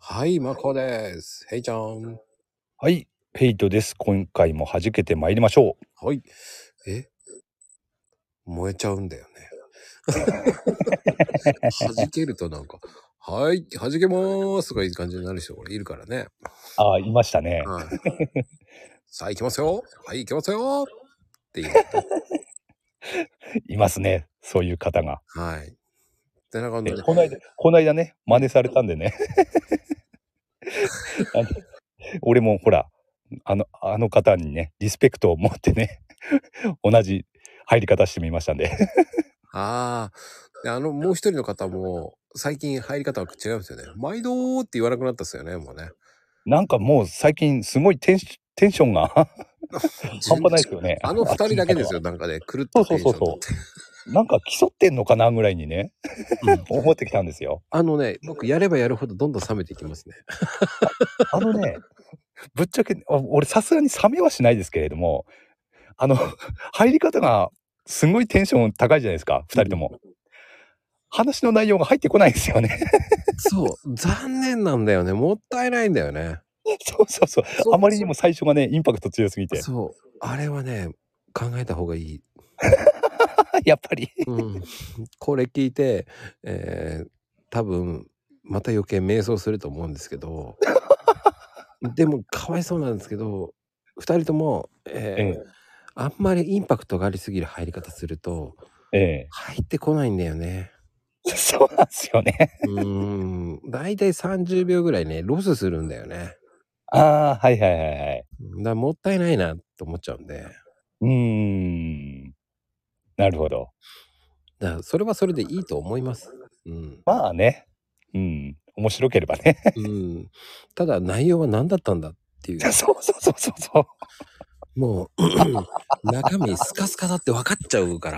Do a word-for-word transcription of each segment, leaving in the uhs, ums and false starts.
はい、まこです。ヘイちゃん。 はい、ヘイトです。今回も弾けて参りましょう。 はい。え燃えちゃうんだよね。弾けるとなんか、はい、弾けまーすとかいう感じになる人がいるからね。 ああ、いましたね。 はい。さあ行きますよ。はい、行きますよっていうね。 いますね、そういう方が。 はい。で、なんかで、 ね、 こないだこないだね、 うん。 真似されたんでね。あの、俺もほら、あのあの方にね、リスペクトを持ってね、同じ入り方してみましたんで。 ああ、で、あの、もう一人の方も、最近入り方が違うんですよね。毎度って言わなくなったっすよね、もうね。 なんかもう最近すごいテンシテンションが半順端ないですよね、 あのあっ二ちの方は。 人だけですよ、なんかね、狂ったそうそテンション取っうそうそて。 う。なんか競ってんのかなぐらいにね、 うん。 思ってきたんですよ。 あのね、僕やればやるほどどんどん冷めていきますね。 あのね、ぶっちゃけ、あ、俺さすがに冷めはしないですけれども、あの入り方がすごいテンション高いじゃないですか、 うん。 ふたりとも。話の内容が入ってこないんですよね。 そう、残念なんだよね。もったいないんだよね。 そうそうそう。 そう、 あまりにも最初がね、インパクト強すぎて。 そう、あれはね、考えた方がいい。 やっぱり。 うん。これ聞いて、えー多分また余計迷走すると思うんですけど、でもかわいそうなんですけど、ふたりとも、えーええ、 あんまりインパクトがありすぎる入り方すると、 ええ。 入ってこないんだよね。 そうなんすよね。 うーん、だいたいさんじゅうびょうぐらいね、ロスするんだよね。 ああ、はいはいはいはい。 うん、だ、もったいないなと思っちゃうんで。 うーん、なるほど。 だからそれはそれでいいと思います。うん。 まあね、うん、面白ければね。 うん。ただ内容は何だったんだっていう。 そうそうそうそうそう。 もう中身スカスカだって分かっちゃうから。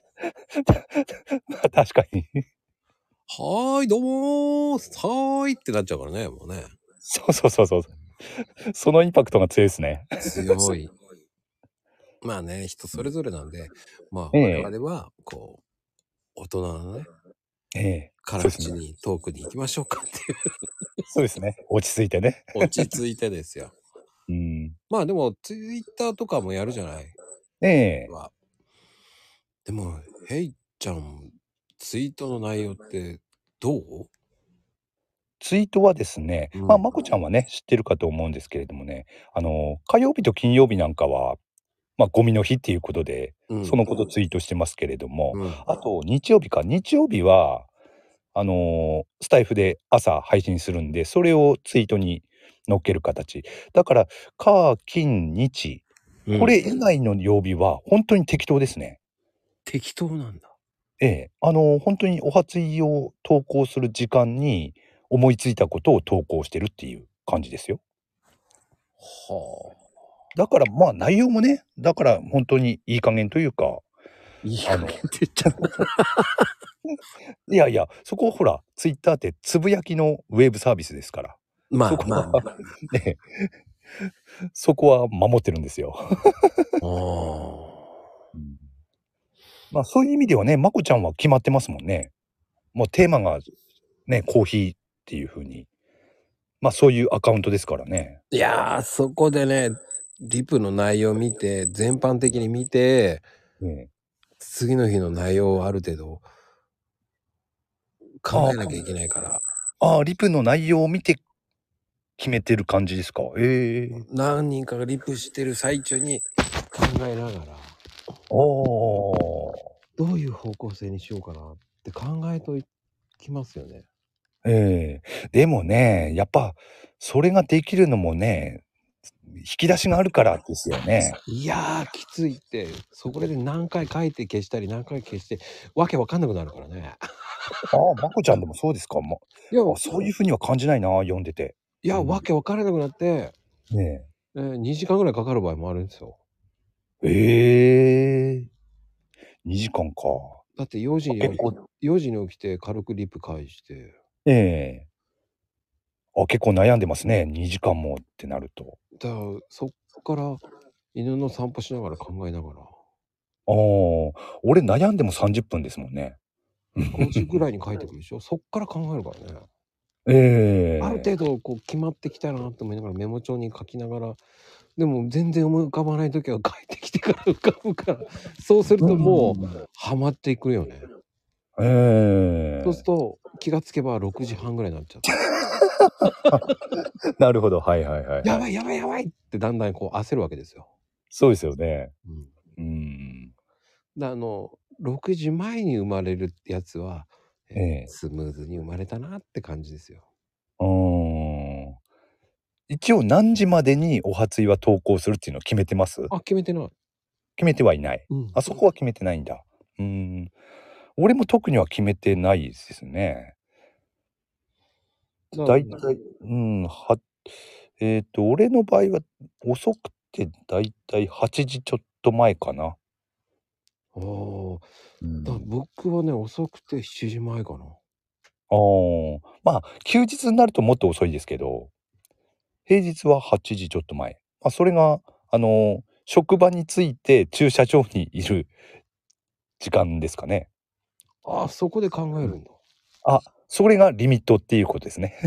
まあ、確かに。 はーい、どうも、はーいってなっちゃうからね、もうね。 そうそうそうそう。そのインパクトが強いですね。 強い。まあね、人それぞれなんで、まあええ、 我々はこう、大人のね、 ええ、そうですね。 辛口にトークに行きましょうかっていう。 そうですね。落ち着いてね。 落ち着いてですよ。 うん。 まあでも、ツイッターとかもやるじゃない。 ええ。 は。でも、ヘイちゃん、ツイートの内容ってどう？ ツイートはですね、まあ、 うん。 まこちゃんはね、知ってるかと思うんですけれどもね、あの、火曜日と金曜日なんかは、まあ、ゴミの日っていうことで、 うん。 そのことツイートしてますけれども、 うん。 あと日曜日か、日曜日は、あの、スタイフで朝配信するんで、それをツイートに乗っける形。だから、火、金、日、 うん。 これ以外の曜日はほんとに適当ですね。 適当なんだ。 ええ、あの、ほんとにお初いを投稿する時間に、思いついたことを投稿してるっていう感じですよ。 はあ。 だから、まあ、内容もね、だからほんとにいい加減というか、 いい加減っあのて言っちゃった。 いやいや、そこはほら、ツイッターってつぶやきのウェブサービスですから。そこはまあまあね。 ね、そこは守ってるんですよ。 ああ。 うん。ま、そういう意味ではね、まこちゃんは決まってますもんね。もうテーマがね、コーヒーっていう風に。ま、そういうアカウントですからね。 いや、そこでね、リプの内容見て、全般的に見て、 ええ。 次の日の内容をある程度考ああ、かえなきゃいけないから。 ああ、リプの内容を見て決めてる感じですか？ええ。 何人かがリプしてる最中に考えながら、 ああ。 どういう方向性にしようかなって考えといきますよね。 ええ。でもね、やっぱそれができるのもね、引き出しがあるからですよね。 いや、きついって、そこで何回書いて消したり、何回消して、わけわかんなくなるからね。 ああ、まこちゃんでもそうですか？まいや、 あ、そういう風には感じないな、読んでて。 いや、わうん。 けわからなくなって、 ねえ。 えー、にじかんぐらいかかる場合もあるんですよ。 ええ、にじかんか。 だってよじあ、 に結構よじに起きて軽くリプ返して、 ええ。あ、結構悩んでますね、にじかんもってなると。 だからそっから犬の散歩しながら考えながら、 ああ、俺悩んでもさんじゅっぷんですもんね。 ごじぐらいに帰ってくるでしょ。そっから考えるからね。 あるええ。 程度こう決まってきたなと思いながらメモ帳に書きながら、でも全然思い浮かばない時は帰ってきてから浮かぶから、そうするうともうんうんうん。 ハマっていくよね。そうするええ。 と、気がつけばろくじはんぐらいになっちゃって。 なるほど、はいはいはいはい。 やばいやばいやばいってだんだんこう焦るわけですよ。 そうですよね。 うん。 うーん。 で、あの、ろくじまえに生まれるってやつは、え、 ええ。 スムーズに生まれたなって感じですよ。 うーん。一応何時までにお初井は投稿するっていうのを決めてます？ あ、決めてない。 決めてはいない。 うん。 あ、そこは決めてないんだ。うーん。俺も特には決めてないですね。 だだいたい、うん、はえっと、俺の場合は遅くてだいたいはちじちょっと前かな。 ああ、だうん。 僕はね、遅くてしちじまえかな。 ああ、まあ、休日になるともっと遅いですけど、平日ははちじちょっと前。まあ、それが、あの、職場に着いて駐車場にいる時間ですかね。 ああ、そこで考えうん。 るんだ。 あ、それがリミットっていうことですね。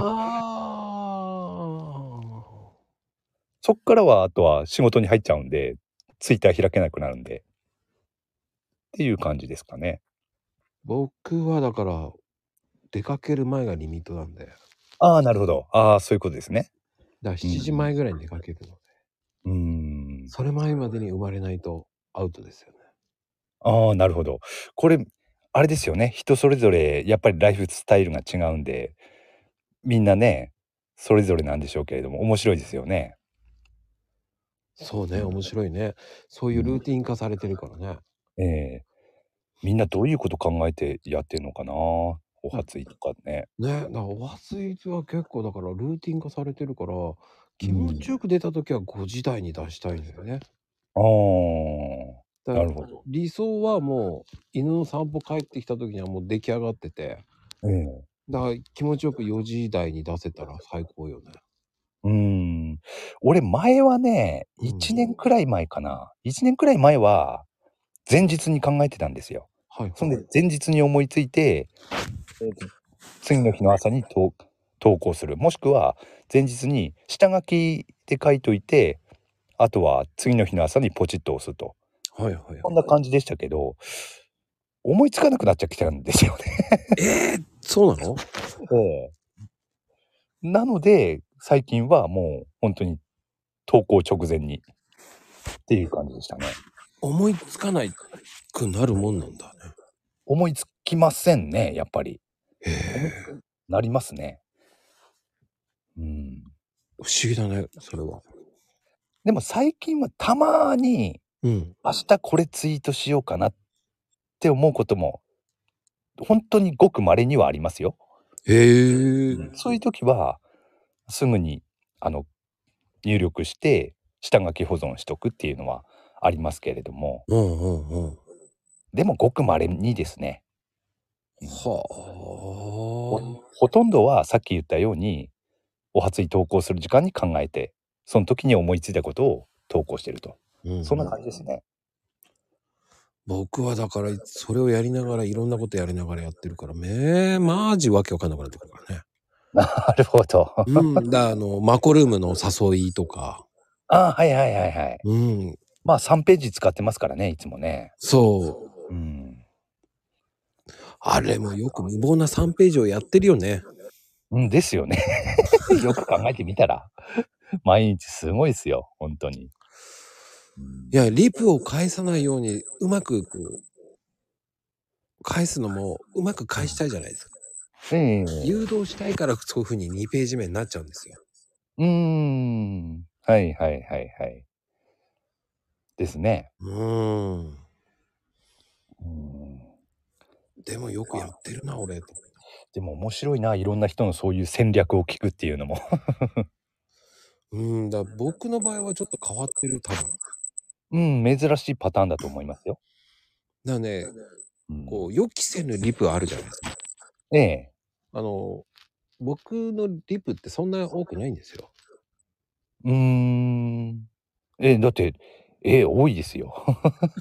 ああ。 そっからはあとは仕事に入っちゃうんで、ツイッター開けなくなるんでっていう感じですかね。 僕はだから、出かける前がリミットなんで、 ああ、なるほど。ああ、そういうことですね。 だから7 うんうん。 時前ぐらいに出かけるので、 うーん。 それ前までに生まれないとアウトですよね。 ああ、なるほど。これ、あれですよね、人それぞれやっぱりライフスタイルが違うんで、みんなね、それぞれなんでしょうけれども、面白いですよね。 そうね、 うん。 面白いね。そういうルうん。 ーティン化されてるからね。 ええ。みんなどういうこと考えてやってんのかな。おうん。 初いとかね。 ね、だからお初いは結構だからルーティン化されてるから、気持ちうん。 よく出た時はごじ台に出したいのよね。 ああ、 だからなるほど。 理想はもう犬の散歩帰ってきた時にはもう出来上がってて、 ええ。 だから気持ちよくよじ台に出せたら最高よね。 うーん。俺前はね、1 うん。 年くらい前かな。いちねんくらい前は、前日に考えてたんですよ。そんで、 はいはい。 前日に思いついて、えっと、次の日の朝にと投稿する。もしくは、前日に下書きで書いといて、あとは次の日の朝にポチッと押すと。 はいはいはい。 そんな感じでしたけど、思いつかなくなっちゃきたんですよね。 ええ、そうなの？ ええ。なので、最近はもうほんとに投稿直前にっていう感じでしたね。 思いつかないくなるもんなんだね。 思いつきませんね、やっぱり。 へ思いえ、 なりますね。うん。 不思議だね、それは。 でも最近はたまに、 うん。 明日これツイートしようかなって思うことも、ほんとにごく稀にはありますよ。 へえ。 うん。そういう時は、すぐにあの、入力して、下書き保存しとくっていうのはありますけれども、 うんうんうん。 でもごく稀にですね。うん。 はほあ。 ほとんどはさっき言ったように、お初に投稿する時間に考えて、そん時に思いついたことを投稿してると。 うんうそんなん。 感じですね。 僕はだから、それをやりながら、いろんなことやりながらやってるから、めマジわけわかんなくなってくるからね。 なるほど。 うん、だあの、マコルームの誘いとか。 ああ、はいはいはいはい。 うん。 まあ、さんページ使ってますからね、いつもね。 そう。 うん。 あれもよく無謀なさんページをやってるよね。 うん、ですよね。よく考えてみたら、毎日すごいですよ、ほんとに。うん。 いや、リプを返さないように、うまくこう、返すのもうまく返したいじゃないですか。 ええ誘ええ。 導したいからそういう風ににページ目になっちゃうんですよ。 うーん。はいはいはいはい。ですね。 うーん。 うーん。 でもよくやってるな、俺と。 でも面白いな、いろんな人のそういう戦略を聞くっていうのも。 うーん、だ、僕の場合はちょっと変わってる、多分。 うん、珍しいパターンだと思いますよ。 だね、 うん。 こう予期せぬリプあるじゃないですか。 ええ。 あの、僕のリプってそんな多くないんですよ。 うーん。ええ、だって、ええ、多いですよ。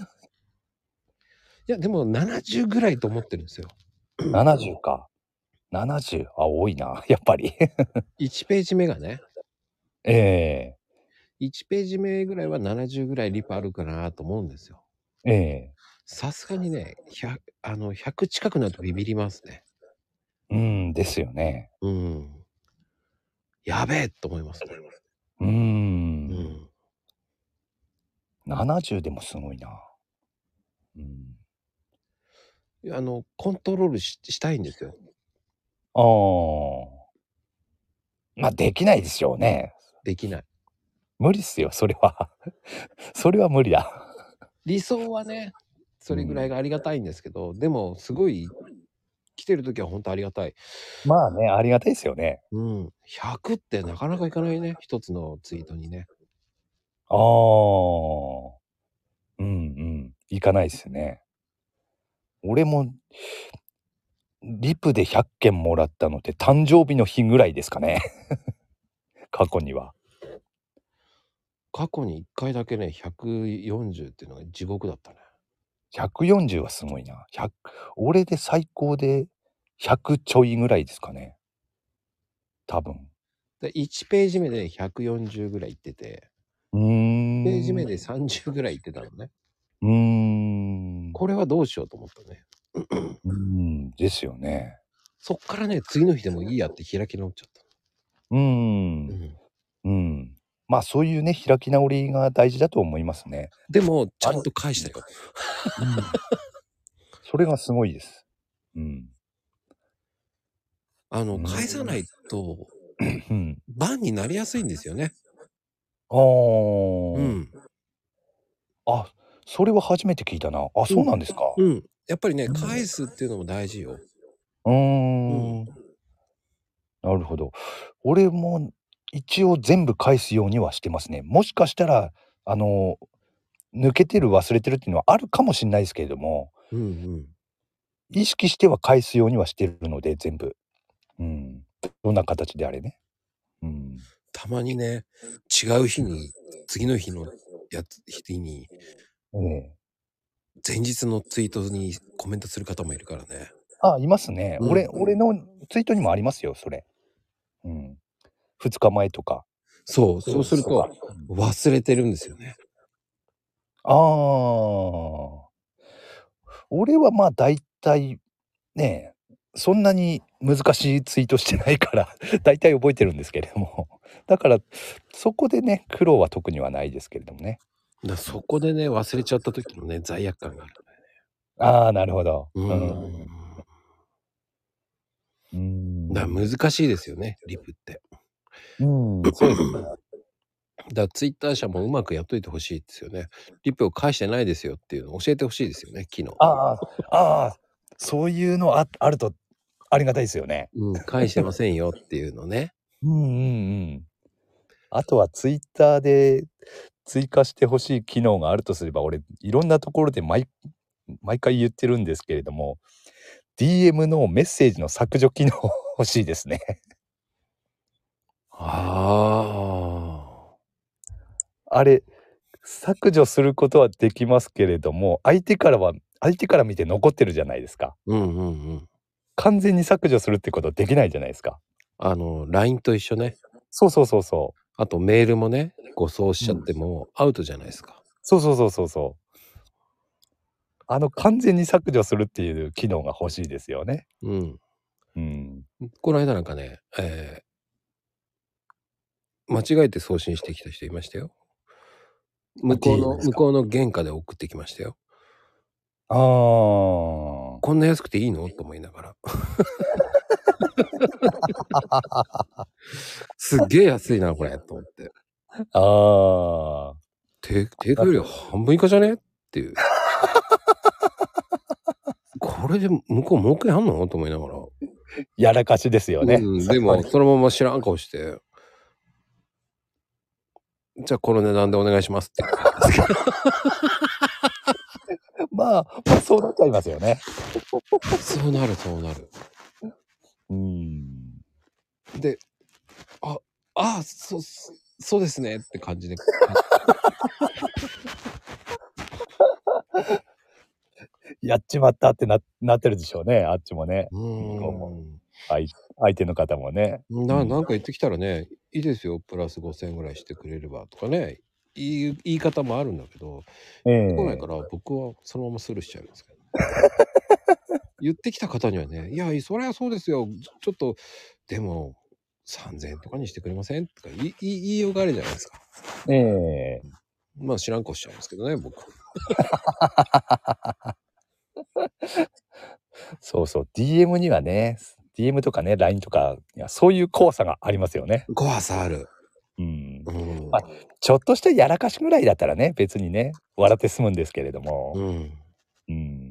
いや、でもななじゅうぐらいと思ってるんですよ。 ななじゅうか。 ななじゅう、あ、多いな、やっぱり。 いちページ目がね。 ええ。 いちページ目ぐらいはななじゅうぐらいリプあるかなと思うんですよ。 ええ。 さすがにね、ひゃあの、ひゃく近くなるとビビりますね。 うん、ですよね。 うん。やべえと思いますね。 うー。 うんん。 ななじゅうでもすごいな。うん。 いや、あの、コントロールししたいんですよ。 ああ。ま、できないでしょうね。 できない。 無理っすよ、それは。それは無理だ。 理想はね、それぐらいうん。 がありがたいんですけど、でもすごい来てる時はほんとありがたい。 まあね、ありがたいですよね。 うん。ひゃくってなかなかいかないね、一つのツイートにね。 ああ。うんうん。いかないっすね。俺もリプでひゃっけんもらったのって誕生日の日ぐらいですかね。過去には。 過去にいっかいだけね、ひゃくよんじゅうっていうのが地獄だったね。 ひゃくよんじゅうはすごいな。ひゃく俺で最高でひゃくちょいぐらいですかね。多分。 で、いちページ目でひゃくよんじゅうぐらい行ってて、 うーページ目ん。 でさんじゅうぐらい行ってたのね。 うーん。 これはどうしようと思ったね。 うーん、ですよね。 そっからね、次の日でもいいやって開き直っちゃった。 うーん。 うん。 うん。まあ、そういうね、開き直りが大事だと思いますね。 でも、ちあれゃんと返したよ。 うん。それがすごいです。うん。 あの、 うん。 返さないと、 うん。 バンになりやすいんですよね。 ああ。 うん。 あ、それは初めて聞いたな。あ、 うん。 そうなんですか。 うん。やっぱりね、 うん。 返すっていうのも大事よ。 ううん。 ーん。なるほど。俺も一応全部返すようにはしてますね。もしかしたら、あの、抜けてる、忘れてるっていうのはあるかもしんないですけれども、 うんうん。 意識しては返すようにはしてるので、全部。うん。どんな形であれね。うん。 たまにね、違う日に、次の日のやつ日に、 ええ。 前日のツイートにコメントする方もいるからね。 あ、いますね。 うん。 俺俺のツイートにもありますよ、それ。うん。ふつかまえとか。 そう、そうするとか。 と、忘れてるんですよね。 ああ。俺はまあ大体ね、そんなに難しいツイートしてないから大体覚えてるんですけれども。だから、そこでね、苦労は特にはないですけれどもね。 だ、そこでね、忘れちゃった時のね、罪悪感があるんだよね。 ああ、なるほど。 ううん。 ーん。 うーだ、 ん。 難しいですよね、リプって。 うん、そうですね。 だ、ツイッター社もうまくやっといて欲しいですよね。リプを返してないですよっていうのを教えて欲しいですよね、機能。 ああ、ああ、そういうのああるとありがたいですよね。 うん、返してませんよっていうのね。 うんうんうん。あとはツイッターで追加して欲しい機能があるとすれば、俺いろんなところで毎毎回言ってるんですけれども、ディーエム のメッセージの削除機能欲しいですね。 ああ。 あれ、削除することはできますけれども、相手からは相手から見て残ってるじゃないですか。 うんうんうん。 完全に削除するってことはできないじゃないですか。 あの、ライン と一緒ね。 そうそうそうそう。 あとメールもね、誤送しちゃっうん。 てもアウトじゃないですか。 そうそうそうそうそう。あの完全に削除するっていう機能が欲しいですよね。 うん。 うん。 この間なんかね、えー間違えて送信してきた人いましたよ。 あ、 向こうディーエムのですか。 向こうの原価で送ってきましたよ。 ああ。 こんな安くていいのと思いながら。すっげえ安いな、これ、と思って。 ああ。 定定価より半分以下じゃねっていう。これで向こう儲けあんのと思いながら。 やらかしですよね。 うん、でも、そのまま知らん顔して、じゃあこの値段でお願いしますって言ったんですけど。 まあ、まあ、そうなっちゃいますよね。 そうなる、そうなる。 うーん。 で、あ、ああ、そそうですねって感じで。 やっちまったってななってるでしょうね、あっちもね。 う向こうも。 ーん。 あい相手の方もね。うな、 ん。 なんか言ってきたらね、いいですよ、プラスごせんえんぐらいしてくれればとかね、言い言い方もあるんだけど、 え来ないかえ。 ら僕はそのままスルーしちゃいますけど。言ってきた方にはね、いや、そりゃそうですよ。ちょっと、でも、さんぜんえんとかにしてくれませんとか言い言い言いようがあるじゃないですか。 ええ。 まあ知らん顔しちゃいますけどね、僕。 そうそう、ディーエム にはね、ディーエム とかね、ライン とか、いや、そういう怖さがありますよね。 怖さある。 うん。 うん。 ま、ちょっとしたやらかしぐらいだったらね、別にね、笑って済むんですけれども。 うん。 うん。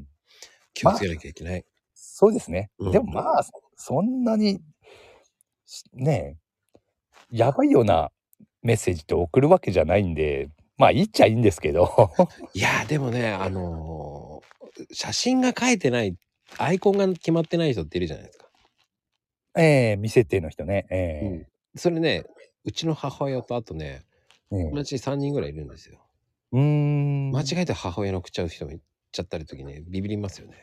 まあ、 気をつけなきゃいけない。 そうですね。 うん。 でもまあ、そんなに、ねえ、やばいようなメッセージって送るわけじゃないんで、まあ、いいっちゃいいんですけど。 いや、でもね、あの、写真が書いてない、アイコンが決まってない人っているじゃないですか。 ええ、未設定の人ね。えうん。 え。 それね、うちの母親とあとね、 ええ。 友達さんにんぐらいいるんですよ。 うーん。 間違えて母親の送っちゃう人もいっちゃったり時にビビりますよね。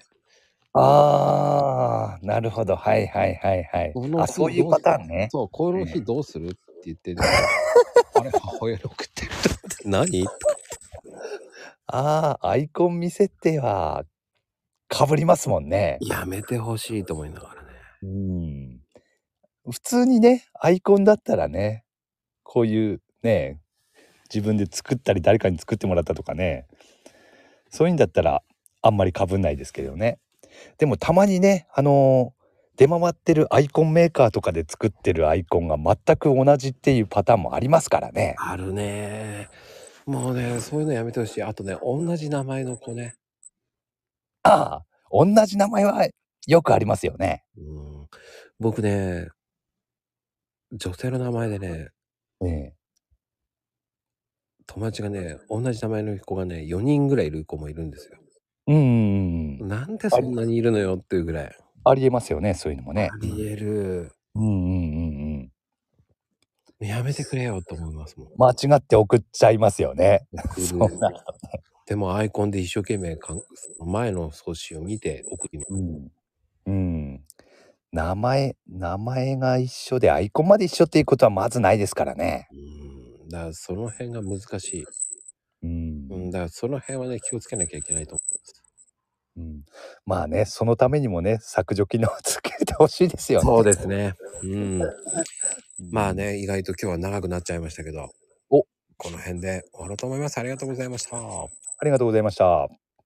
ああ、なるほど。はいはいはいはい。 このあ、そ日どうすういうパターンね。 そう、この日ええ。 どうするって言ってるあれ、母親に送ってる人って何とか。 ああ、アイコン未設定はかぶりますもんね。 やめてほしいと思いながらね。 うーん。普通にね、アイコンだったらね、こういうね、自分で作ったり誰かに作ってもらったとかね、そういうんだったらあんまりかぶんないですけどね。でもたまにね、あの、出回ってるアイコンメーカーとかで作ってるアイコンが全く同じっていうパターンもありますからね。 あるね。もうね、そういうのやめてほしい。あとね、同じ名前の子ね。 ああ、同じ名前はよくありますよね。 うん。僕ね、女性の名前でね、 ええ。 友達がね、同じ名前の子がね、よにんぐらいいる子もいるんですよ。 うんうんうんうん。 なんでありそんなにいるのよっていうぐらい。 ありえますよね、そういうのもあね。うん。 りえる。 うんうんうんうん。 やめてくれよと思いますもん。 間違って送っちゃいますよね。 送そんる。 な人ね。 でもアイコンで一生懸命かん前の送信を見て送ります。 うん。うん。名前名前が一緒でアイコンまで一緒っていうことはまずないですからね。 うん。だからその辺が難しい。 ううん、 ん。 だからその辺はね、気をつけなきゃいけないと思います。 うん。まあね、そのためにもね、削除機能をつけて欲しいですよね。 そうですね。うん。 うん。 まあね、意外と今日は長くなっちゃいましたけど、 お、 この辺で終わろうと思います。ありがとうございました。 ありがとうございました。